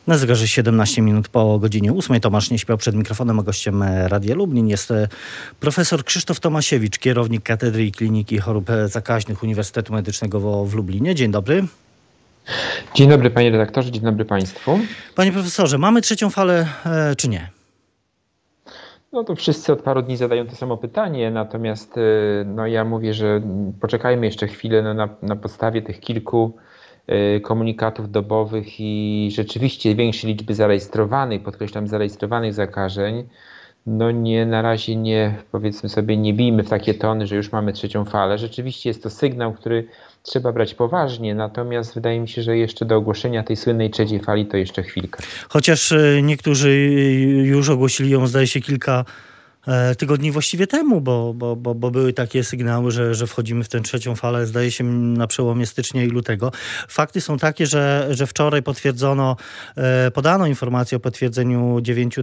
Na zegarze 17 minut po godzinie 8. Tomasz nie śpiał przed mikrofonem, a gościem Radia Lublin jest profesor Krzysztof Tomasiewicz, kierownik Katedry i Kliniki Chorób Zakaźnych Uniwersytetu Medycznego w Lublinie. Dzień dobry. Dzień dobry panie redaktorze, dzień dobry państwu. Panie profesorze, mamy trzecią falę czy nie? No to wszyscy od paru dni zadają to samo pytanie, natomiast ja mówię, że poczekajmy jeszcze chwilę na podstawie tych kilku komunikatów dobowych i rzeczywiście większej liczby zarejestrowanych, podkreślam zarejestrowanych zakażeń. Na razie powiedzmy sobie, nie bijmy w takie tony, że już mamy trzecią falę. Rzeczywiście jest to sygnał, który trzeba brać poważnie, natomiast wydaje mi się, że jeszcze do ogłoszenia tej słynnej trzeciej fali to jeszcze chwilkę. Chociaż niektórzy już ogłosili ją, zdaje się, kilka tygodni właściwie temu, bo były takie sygnały, że wchodzimy w tę trzecią falę, zdaje się, na przełomie stycznia i lutego. Fakty są takie, że wczoraj podano informację o potwierdzeniu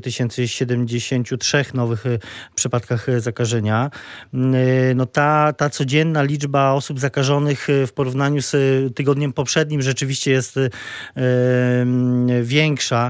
9073 nowych przypadkach zakażenia. Ta codzienna liczba osób zakażonych w porównaniu z tygodniem poprzednim rzeczywiście jest większa.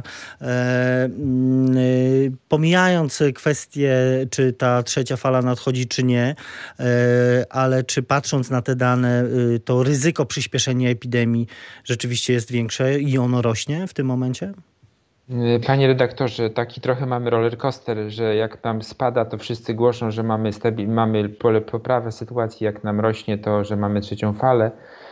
Pomijając kwestię, czy ta trzecia fala nadchodzi, czy nie, ale czy patrząc na te dane, to ryzyko przyspieszenia epidemii rzeczywiście jest większe i ono rośnie w tym momencie? Panie redaktorze, taki trochę mamy roller coaster, że jak nam spada, to wszyscy głoszą, że mamy poprawę sytuacji, jak nam rośnie, to że mamy trzecią falę.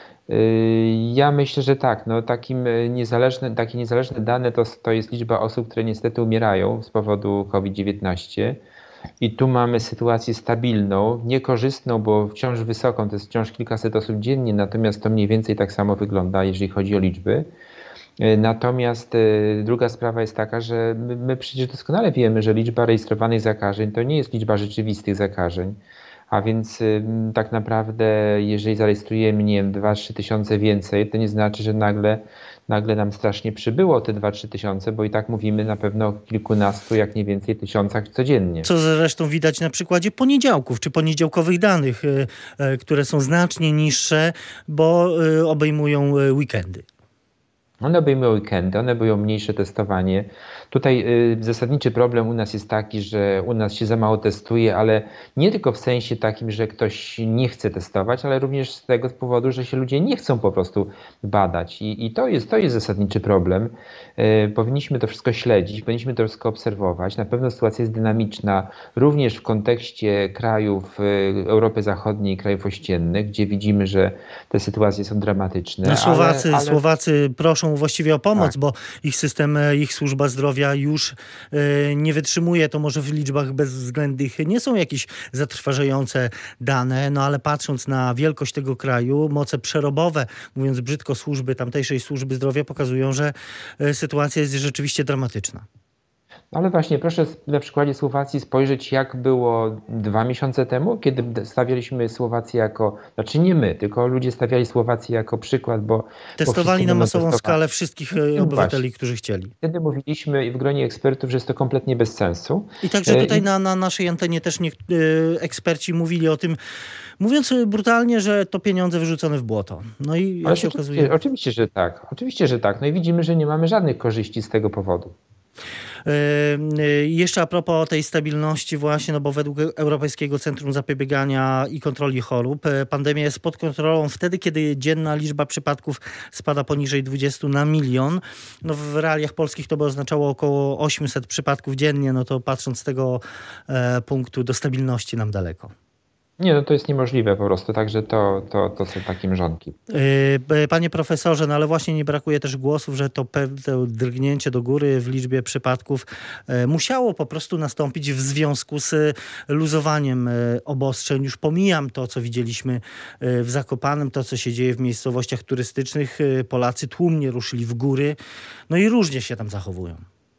Ja myślę, że tak. Takie niezależne dane to jest liczba osób, które niestety umierają z powodu COVID-19. I tu mamy sytuację stabilną, niekorzystną, bo wciąż wysoką, to jest wciąż kilkaset osób dziennie, natomiast to mniej więcej tak samo wygląda, jeżeli chodzi o liczby. Natomiast druga sprawa jest taka, że my przecież doskonale wiemy, że liczba rejestrowanych zakażeń to nie jest liczba rzeczywistych zakażeń. A więc tak naprawdę, jeżeli zarejestrujemy, 2-3 tysiące więcej, to nie znaczy, że nagle nam strasznie przybyło te 2-3 tysiące, bo i tak mówimy na pewno o kilkunastu, jak nie więcej, tysiącach codziennie. Co zresztą widać na przykładzie poniedziałków, czy poniedziałkowych danych, które są znacznie niższe, bo obejmują weekendy. One obejmują weekendy, one obejmują mniejsze testowanie. Tutaj zasadniczy problem u nas jest taki, że u nas się za mało testuje, ale nie tylko w sensie takim, że ktoś nie chce testować, ale również z tego powodu, że się ludzie nie chcą po prostu badać. I to jest zasadniczy problem. Powinniśmy to wszystko śledzić, powinniśmy to wszystko obserwować. Na pewno sytuacja jest dynamiczna, również w kontekście krajów Europy Zachodniej, krajów ościennych, gdzie widzimy, że te sytuacje są dramatyczne. Słowacy proszą właściwie o pomoc, tak, bo ich system, ich służba zdrowia już nie wytrzymuje. To może w liczbach bezwzględnych nie są jakieś zatrważające dane, ale patrząc na wielkość tego kraju, moce przerobowe, mówiąc brzydko, tamtejszej służby zdrowia pokazują, że sytuacja jest rzeczywiście dramatyczna. Ale właśnie proszę na przykładzie Słowacji spojrzeć, jak było 2 miesiące temu, kiedy stawialiśmy Słowację nie my, tylko ludzie stawiali Słowację jako przykład, bo testowali na masową skalę wszystkich obywateli, właśnie, którzy chcieli. Wtedy mówiliśmy w gronie ekspertów, że jest to kompletnie bez sensu. I także tutaj na naszej antenie też eksperci mówili o tym, mówiąc brutalnie, że to pieniądze wyrzucone w błoto. I jak się okazuje... Oczywiście, że tak. Oczywiście, że tak. I widzimy, że nie mamy żadnych korzyści z tego powodu. Jeszcze a propos tej stabilności właśnie, bo według Europejskiego Centrum Zapobiegania i Kontroli Chorób pandemia jest pod kontrolą wtedy, kiedy dzienna liczba przypadków spada poniżej 20 na milion. W realiach polskich to by oznaczało około 800 przypadków dziennie, to patrząc z tego punktu do stabilności nam daleko. Nie, to jest niemożliwe po prostu, także to są takie mrzonki. Panie profesorze, ale właśnie nie brakuje też głosów, że to drgnięcie do góry w liczbie przypadków musiało po prostu nastąpić w związku z luzowaniem obostrzeń. Już pomijam to, co widzieliśmy w Zakopanem, to, co się dzieje w miejscowościach turystycznych. Polacy tłumnie ruszyli w góry, i różnie się tam zachowują.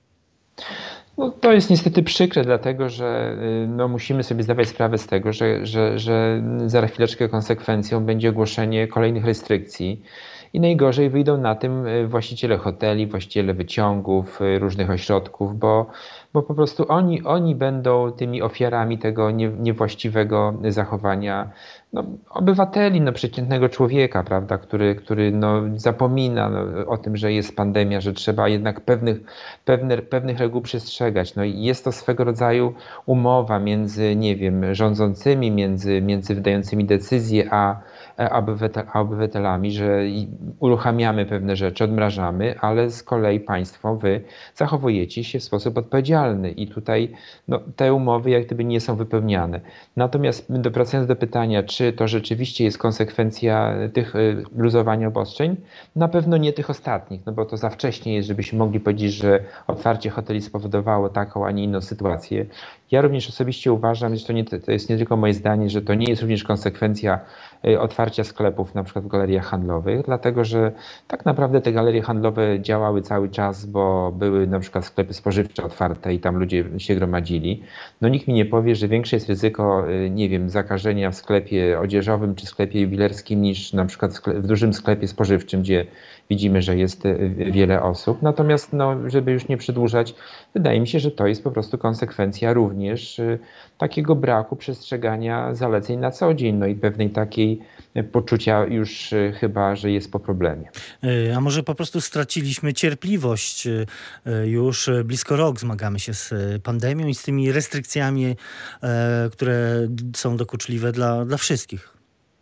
To jest niestety przykre, dlatego że musimy sobie zdawać sprawę z tego, że za chwileczkę konsekwencją będzie ogłoszenie kolejnych restrykcji i najgorzej wyjdą na tym właściciele hoteli, właściciele wyciągów, różnych ośrodków, bo po prostu oni będą tymi ofiarami tego niewłaściwego zachowania obywateli, przeciętnego człowieka, prawda, który zapomina o tym, że jest pandemia, że trzeba jednak pewnych reguł przestrzegać. I jest to swego rodzaju umowa między, nie wiem, rządzącymi, między wydającymi decyzje, a obywatelami, że uruchamiamy pewne rzeczy, odmrażamy, ale z kolei państwo, wy zachowujecie się w sposób odpowiedzialny i tutaj te umowy jak gdyby nie są wypełniane. Natomiast wracając do pytania, czy to rzeczywiście jest konsekwencja tych luzowania obostrzeń? Na pewno nie tych ostatnich, bo to za wcześnie jest, żebyśmy mogli powiedzieć, że otwarcie hoteli spowodowało taką, a nie inną sytuację. Ja również osobiście uważam, że to jest nie tylko moje zdanie, że to nie jest również konsekwencja otwarcia sklepów na przykład w galeriach handlowych, dlatego że tak naprawdę te galerie handlowe działały cały czas, bo były na przykład sklepy spożywcze otwarte i tam ludzie się gromadzili. Nikt mi nie powie, że większe jest ryzyko, nie wiem, zakażenia w sklepie odzieżowym czy sklepie jubilerskim niż na przykład w dużym sklepie spożywczym, gdzie widzimy, że jest wiele osób. Natomiast, żeby już nie przedłużać, wydaje mi się, że to jest po prostu konsekwencja również takiego braku przestrzegania zaleceń na co dzień, i pewnej takiej poczucia już chyba, że jest po problemie. A może po prostu straciliśmy cierpliwość? Już blisko rok zmagamy się z pandemią i z tymi restrykcjami, które są dokuczliwe dla wszystkich.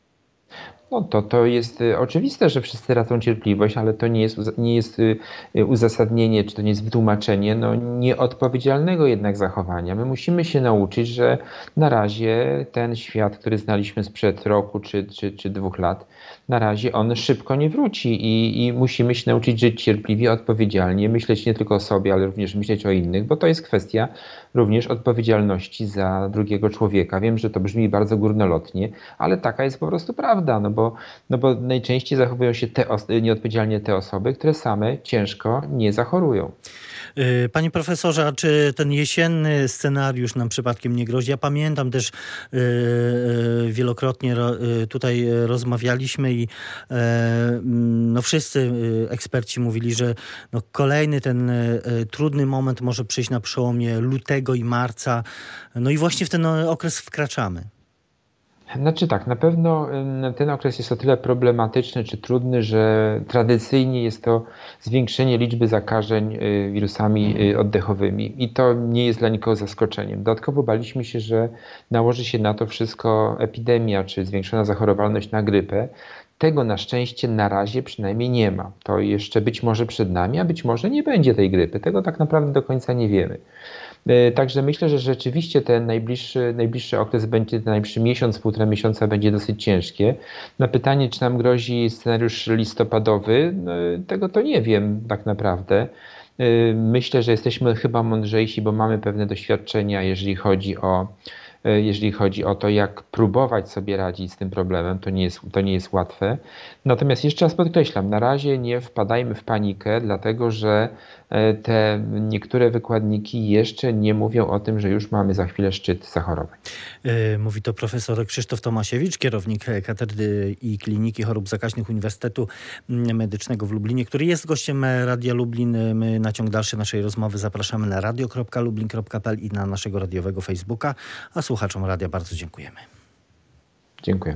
To jest oczywiste, że wszyscy tracą cierpliwość, ale to nie jest uzasadnienie, czy to nie jest wytłumaczenie nieodpowiedzialnego jednak zachowania. My musimy się nauczyć, że na razie ten świat, który znaliśmy sprzed roku czy 2 lat, na razie on szybko nie wróci i musimy się nauczyć żyć cierpliwie, odpowiedzialnie, myśleć nie tylko o sobie, ale również myśleć o innych, bo to jest kwestia również odpowiedzialności za drugiego człowieka. Wiem, że to brzmi bardzo górnolotnie, ale taka jest po prostu prawda, bo najczęściej zachowują się nieodpowiedzialnie te osoby, które same ciężko nie zachorują. Panie profesorze, a czy ten jesienny scenariusz nam przypadkiem nie grozi? Ja pamiętam też wielokrotnie tutaj rozmawialiśmy i wszyscy eksperci mówili, że kolejny ten trudny moment może przyjść na przełomie lutego i marca. I właśnie w ten okres wkraczamy. Tak, na pewno ten okres jest o tyle problematyczny czy trudny, że tradycyjnie jest to zwiększenie liczby zakażeń wirusami oddechowymi i to nie jest dla nikogo zaskoczeniem. Dodatkowo baliśmy się, że nałoży się na to wszystko epidemia czy zwiększona zachorowalność na grypę. Tego na szczęście na razie przynajmniej nie ma. To jeszcze być może przed nami, a być może nie będzie tej grypy. Tego tak naprawdę do końca nie wiemy. Także myślę, że rzeczywiście ten najbliższy okres będzie, ten najbliższy miesiąc, 1,5 miesiąca będzie dosyć ciężkie. Na pytanie, czy nam grozi scenariusz listopadowy, tego to nie wiem tak naprawdę. Myślę, że jesteśmy chyba mądrzejsi, bo mamy pewne doświadczenia, jeżeli chodzi o to, jak próbować sobie radzić z tym problemem. To nie jest łatwe. Natomiast jeszcze raz podkreślam, na razie nie wpadajmy w panikę, dlatego że te niektóre wykładniki jeszcze nie mówią o tym, że już mamy za chwilę szczyt zachorowań. Mówi to profesor Krzysztof Tomasiewicz, kierownik Katedry i Kliniki Chorób Zakaźnych Uniwersytetu Medycznego w Lublinie, który jest gościem Radia Lublin. My na ciąg dalszy naszej rozmowy zapraszamy na radio.lublin.pl i na naszego radiowego Facebooka, a słuchaczom radia bardzo dziękujemy. Dziękuję.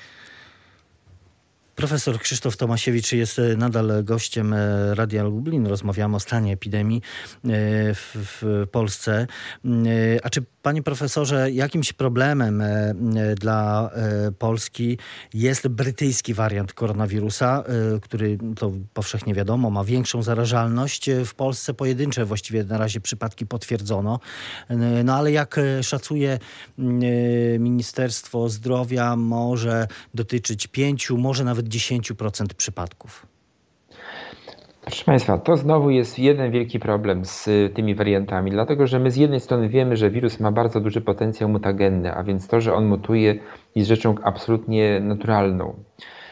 Profesor Krzysztof Tomasiewicz jest nadal gościem Radia Lublin. Rozmawiamy o stanie epidemii w Polsce. A czy, panie profesorze, jakimś problemem dla Polski jest brytyjski wariant koronawirusa, który, to powszechnie wiadomo, ma większą zarażalność? W Polsce pojedyncze właściwie na razie przypadki potwierdzono. Ale jak szacuje Ministerstwo Zdrowia, może dotyczyć 5, może nawet 10% przypadków. Proszę Państwa, to znowu jest jeden wielki problem z tymi wariantami, dlatego że my z jednej strony wiemy, że wirus ma bardzo duży potencjał mutagenny, a więc to, że on mutuje, jest rzeczą absolutnie naturalną.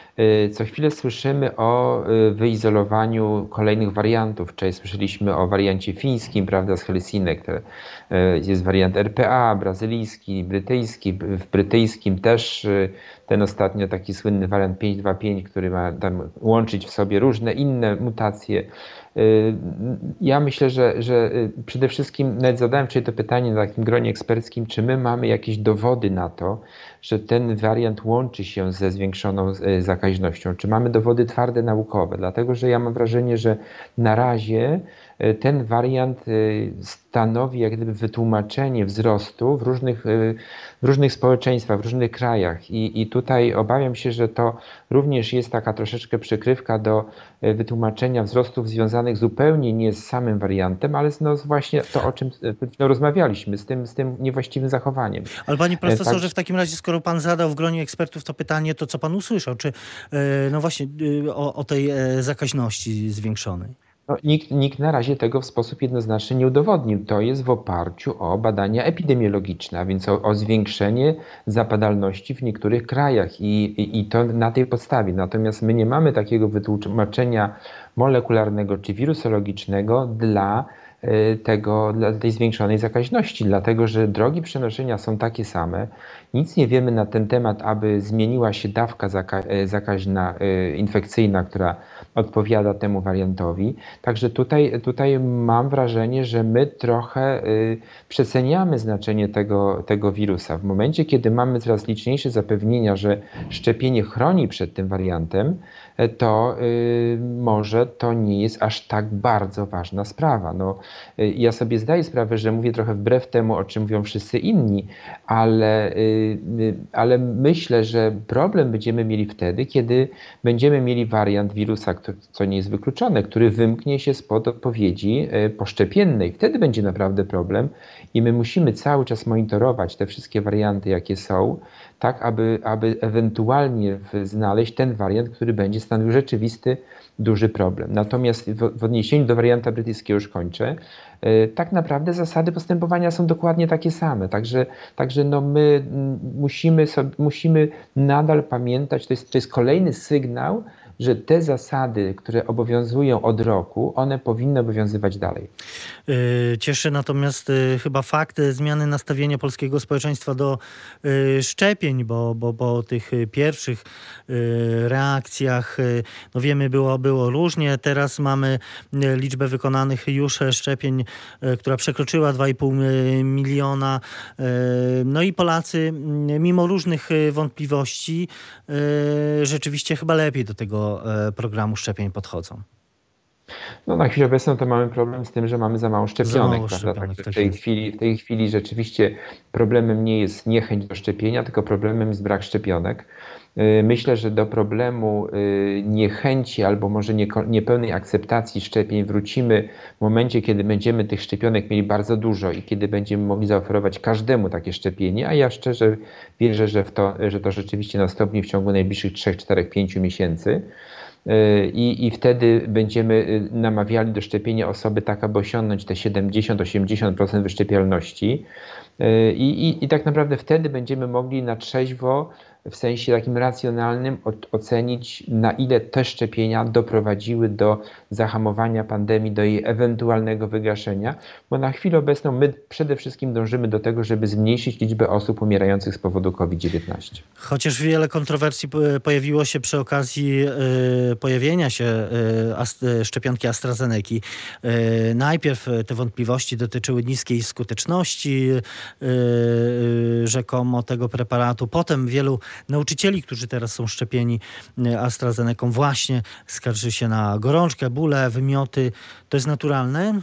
Co chwilę słyszymy o wyizolowaniu kolejnych wariantów. Wczoraj słyszeliśmy o wariancie fińskim, prawda, z Helsinek. Jest wariant RPA, brazylijski, brytyjski. W brytyjskim też ten ostatnio taki słynny wariant 525, który ma tam łączyć w sobie różne inne mutacje. Ja myślę, że przede wszystkim nawet zadałem wczoraj to pytanie na takim gronie eksperckim, czy my mamy jakieś dowody na to, że ten wariant łączy się ze zwiększoną zakaźnością. Czy mamy dowody twarde, naukowe? Dlatego, że ja mam wrażenie, że na razie ten wariant stanowi jak gdyby wytłumaczenie wzrostu w różnych społeczeństwach, w różnych krajach. I tutaj obawiam się, że to również jest taka troszeczkę przykrywka do wytłumaczenia wzrostów związanych zupełnie nie z samym wariantem, ale właśnie to, o czym rozmawialiśmy, z tym niewłaściwym zachowaniem. Ale panie profesorze, w takim razie, skoro pan zadał w gronie ekspertów to pytanie, to co pan usłyszał? Czy no właśnie o tej zakaźności zwiększonej? No, nikt na razie tego w sposób jednoznaczny nie udowodnił. To jest w oparciu o badania epidemiologiczne, a więc o zwiększenie zapadalności w niektórych krajach i to na tej podstawie. Natomiast my nie mamy takiego wytłumaczenia molekularnego czy wirusologicznego dla tej zwiększonej zakaźności, dlatego że drogi przenoszenia są takie same. Nic nie wiemy na ten temat, aby zmieniła się dawka zakaźna, infekcyjna, która odpowiada temu wariantowi. Także tutaj mam wrażenie, że my trochę przeceniamy znaczenie tego wirusa. W momencie, kiedy mamy coraz liczniejsze zapewnienia, że szczepienie chroni przed tym wariantem, to może to nie jest aż tak bardzo ważna sprawa. No, ja sobie zdaję sprawę, że mówię trochę wbrew temu, o czym mówią wszyscy inni, ale myślę, że problem będziemy mieli wtedy, kiedy będziemy mieli wariant wirusa, co nie jest wykluczone, który wymknie się spod odpowiedzi poszczepiennej. Wtedy będzie naprawdę problem i my musimy cały czas monitorować te wszystkie warianty, jakie są, tak aby ewentualnie znaleźć ten wariant, który będzie stanowił rzeczywisty, duży problem. Natomiast w odniesieniu do warianta brytyjskiego już kończę. Tak naprawdę zasady postępowania są dokładnie takie same. Także no my musimy nadal pamiętać, to jest kolejny sygnał, że te zasady, które obowiązują od roku, one powinny obowiązywać dalej. Cieszy natomiast chyba fakt zmiany nastawienia polskiego społeczeństwa do szczepień, bo po tych pierwszych reakcjach, no wiemy, było różnie. Teraz mamy liczbę wykonanych już szczepień, która przekroczyła 2,5 miliona. No i Polacy, mimo różnych wątpliwości, rzeczywiście chyba lepiej do tego programu szczepień podchodzą. No na chwilę obecną to mamy problem z tym, że mamy za mało szczepionek. Tak w tej chwili rzeczywiście problemem nie jest niechęć do szczepienia, tylko problemem jest brak szczepionek. Myślę, że do problemu niechęci albo może niepełnej akceptacji szczepień wrócimy w momencie, kiedy będziemy tych szczepionek mieli bardzo dużo i kiedy będziemy mogli zaoferować każdemu takie szczepienie, a ja szczerze wierzę, że to rzeczywiście nastąpi w ciągu najbliższych 3, 4, 5 miesięcy. I wtedy będziemy namawiali do szczepienia osoby tak, aby osiągnąć te 70-80% wyszczepialności i tak naprawdę wtedy będziemy mogli na trzeźwo, w sensie takim racjonalnym ocenić, na ile te szczepienia doprowadziły do zahamowania pandemii, do jej ewentualnego wygaszenia, bo na chwilę obecną my przede wszystkim dążymy do tego, żeby zmniejszyć liczbę osób umierających z powodu COVID-19. Chociaż wiele kontrowersji pojawiło się przy okazji pojawienia się szczepionki AstraZeneki. Najpierw te wątpliwości dotyczyły niskiej skuteczności rzekomo tego preparatu. Potem wielu nauczycieli, którzy teraz są szczepieni AstraZeneką, właśnie skarży się na gorączkę, bóle, wymioty. To jest naturalne?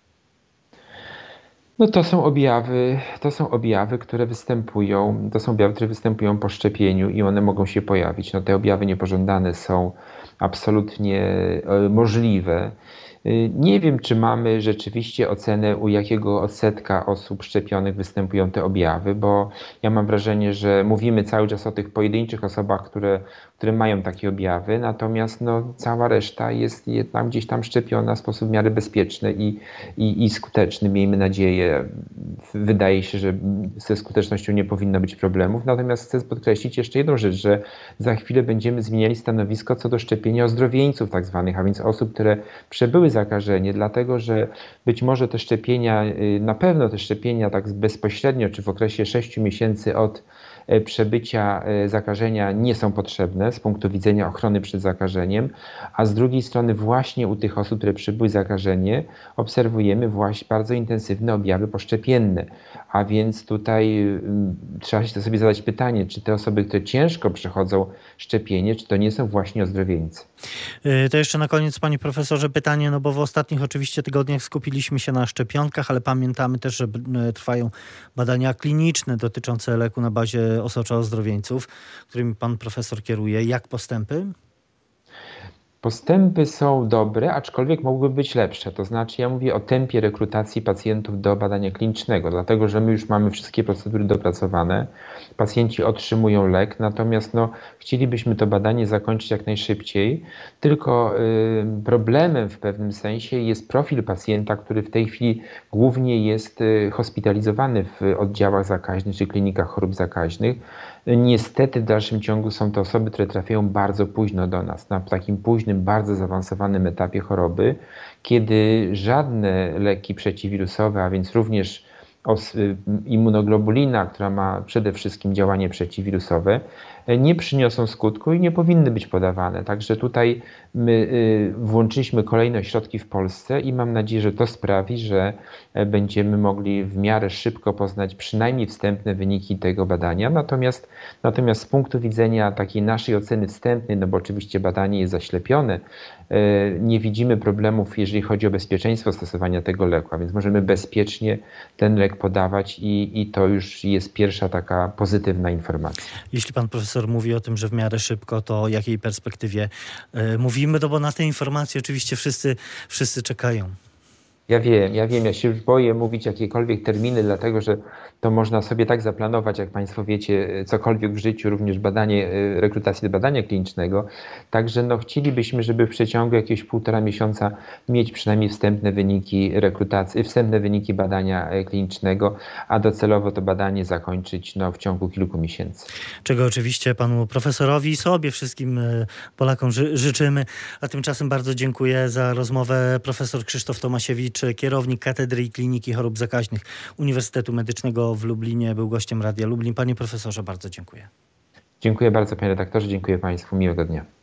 No to są objawy, które występują. To są objawy, które występują po szczepieniu i one mogą się pojawić. No te objawy niepożądane są absolutnie możliwe. Nie wiem, czy mamy rzeczywiście ocenę, u jakiego odsetka osób szczepionych występują te objawy, bo ja mam wrażenie, że mówimy cały czas o tych pojedynczych osobach, które mają takie objawy, natomiast no, cała reszta jest jednak gdzieś tam szczepiona w sposób w miarę bezpieczny i skuteczny, miejmy nadzieję. Wydaje się, że ze skutecznością nie powinno być problemów, natomiast chcę podkreślić jeszcze jedną rzecz, że za chwilę będziemy zmieniali stanowisko co do szczepienia ozdrowieńców tak zwanych, a więc osób, które przebyły zakażenie, dlatego że być może te szczepienia, na pewno te szczepienia tak bezpośrednio, czy w okresie 6 miesięcy od przebycia zakażenia nie są potrzebne z punktu widzenia ochrony przed zakażeniem, a z drugiej strony właśnie u tych osób, które przebyły zakażenie, obserwujemy właśnie bardzo intensywne objawy poszczepienne. A więc tutaj trzeba się sobie zadać pytanie, czy te osoby, które ciężko przechodzą szczepienie, czy to nie są właśnie ozdrowieńcy. To jeszcze na koniec, panie profesorze, pytanie, no bo w ostatnich oczywiście tygodniach skupiliśmy się na szczepionkach, ale pamiętamy też, że trwają badania kliniczne dotyczące leku na bazie osocza ozdrowieńców, którymi pan profesor kieruje. Jak postępy? Postępy są dobre, aczkolwiek mogłyby być lepsze. To znaczy, ja mówię o tempie rekrutacji pacjentów do badania klinicznego, dlatego że my już mamy wszystkie procedury dopracowane. Pacjenci otrzymują lek, natomiast no, chcielibyśmy to badanie zakończyć jak najszybciej. Tylko problemem w pewnym sensie jest profil pacjenta, który w tej chwili głównie jest hospitalizowany w oddziałach zakaźnych czy klinikach chorób zakaźnych. Niestety w dalszym ciągu są to osoby, które trafiają bardzo późno do nas, na takim późnym, bardzo zaawansowanym etapie choroby, kiedy żadne leki przeciwwirusowe, a więc również immunoglobulina, która ma przede wszystkim działanie przeciwwirusowe, nie przyniosą skutku i nie powinny być podawane. Także tutaj my włączyliśmy kolejne ośrodki w Polsce i mam nadzieję, że to sprawi, że będziemy mogli w miarę szybko poznać przynajmniej wstępne wyniki tego badania. Natomiast z punktu widzenia takiej naszej oceny wstępnej, no bo oczywiście badanie jest zaślepione, nie widzimy problemów, jeżeli chodzi o bezpieczeństwo stosowania tego leku, a więc możemy bezpiecznie ten lek podawać i to już jest pierwsza taka pozytywna informacja. Jeśli pan profesor mówi o tym, że w miarę szybko, to o jakiej perspektywie mówimy? No bo na te informacje oczywiście wszyscy czekają. Ja wiem, ja się już boję mówić jakiekolwiek terminy, dlatego że to można sobie tak zaplanować, jak Państwo wiecie, cokolwiek w życiu, również rekrutację do badania klinicznego. Także no, chcielibyśmy, żeby w przeciągu jakiegoś 1,5 miesiąca mieć przynajmniej wstępne wyniki rekrutacji, wstępne wyniki badania klinicznego, a docelowo to badanie zakończyć no, w ciągu kilku miesięcy. Czego oczywiście panu profesorowi i sobie, wszystkim Polakom życzymy. A tymczasem bardzo dziękuję za rozmowę. Profesor Krzysztof Tomasiewicz, kierownik Katedry i Kliniki Chorób Zakaźnych Uniwersytetu Medycznego w Lublinie, był gościem Radia Lublin. Panie profesorze, bardzo dziękuję. Dziękuję bardzo, panie redaktorze, dziękuję Państwu, miłego dnia.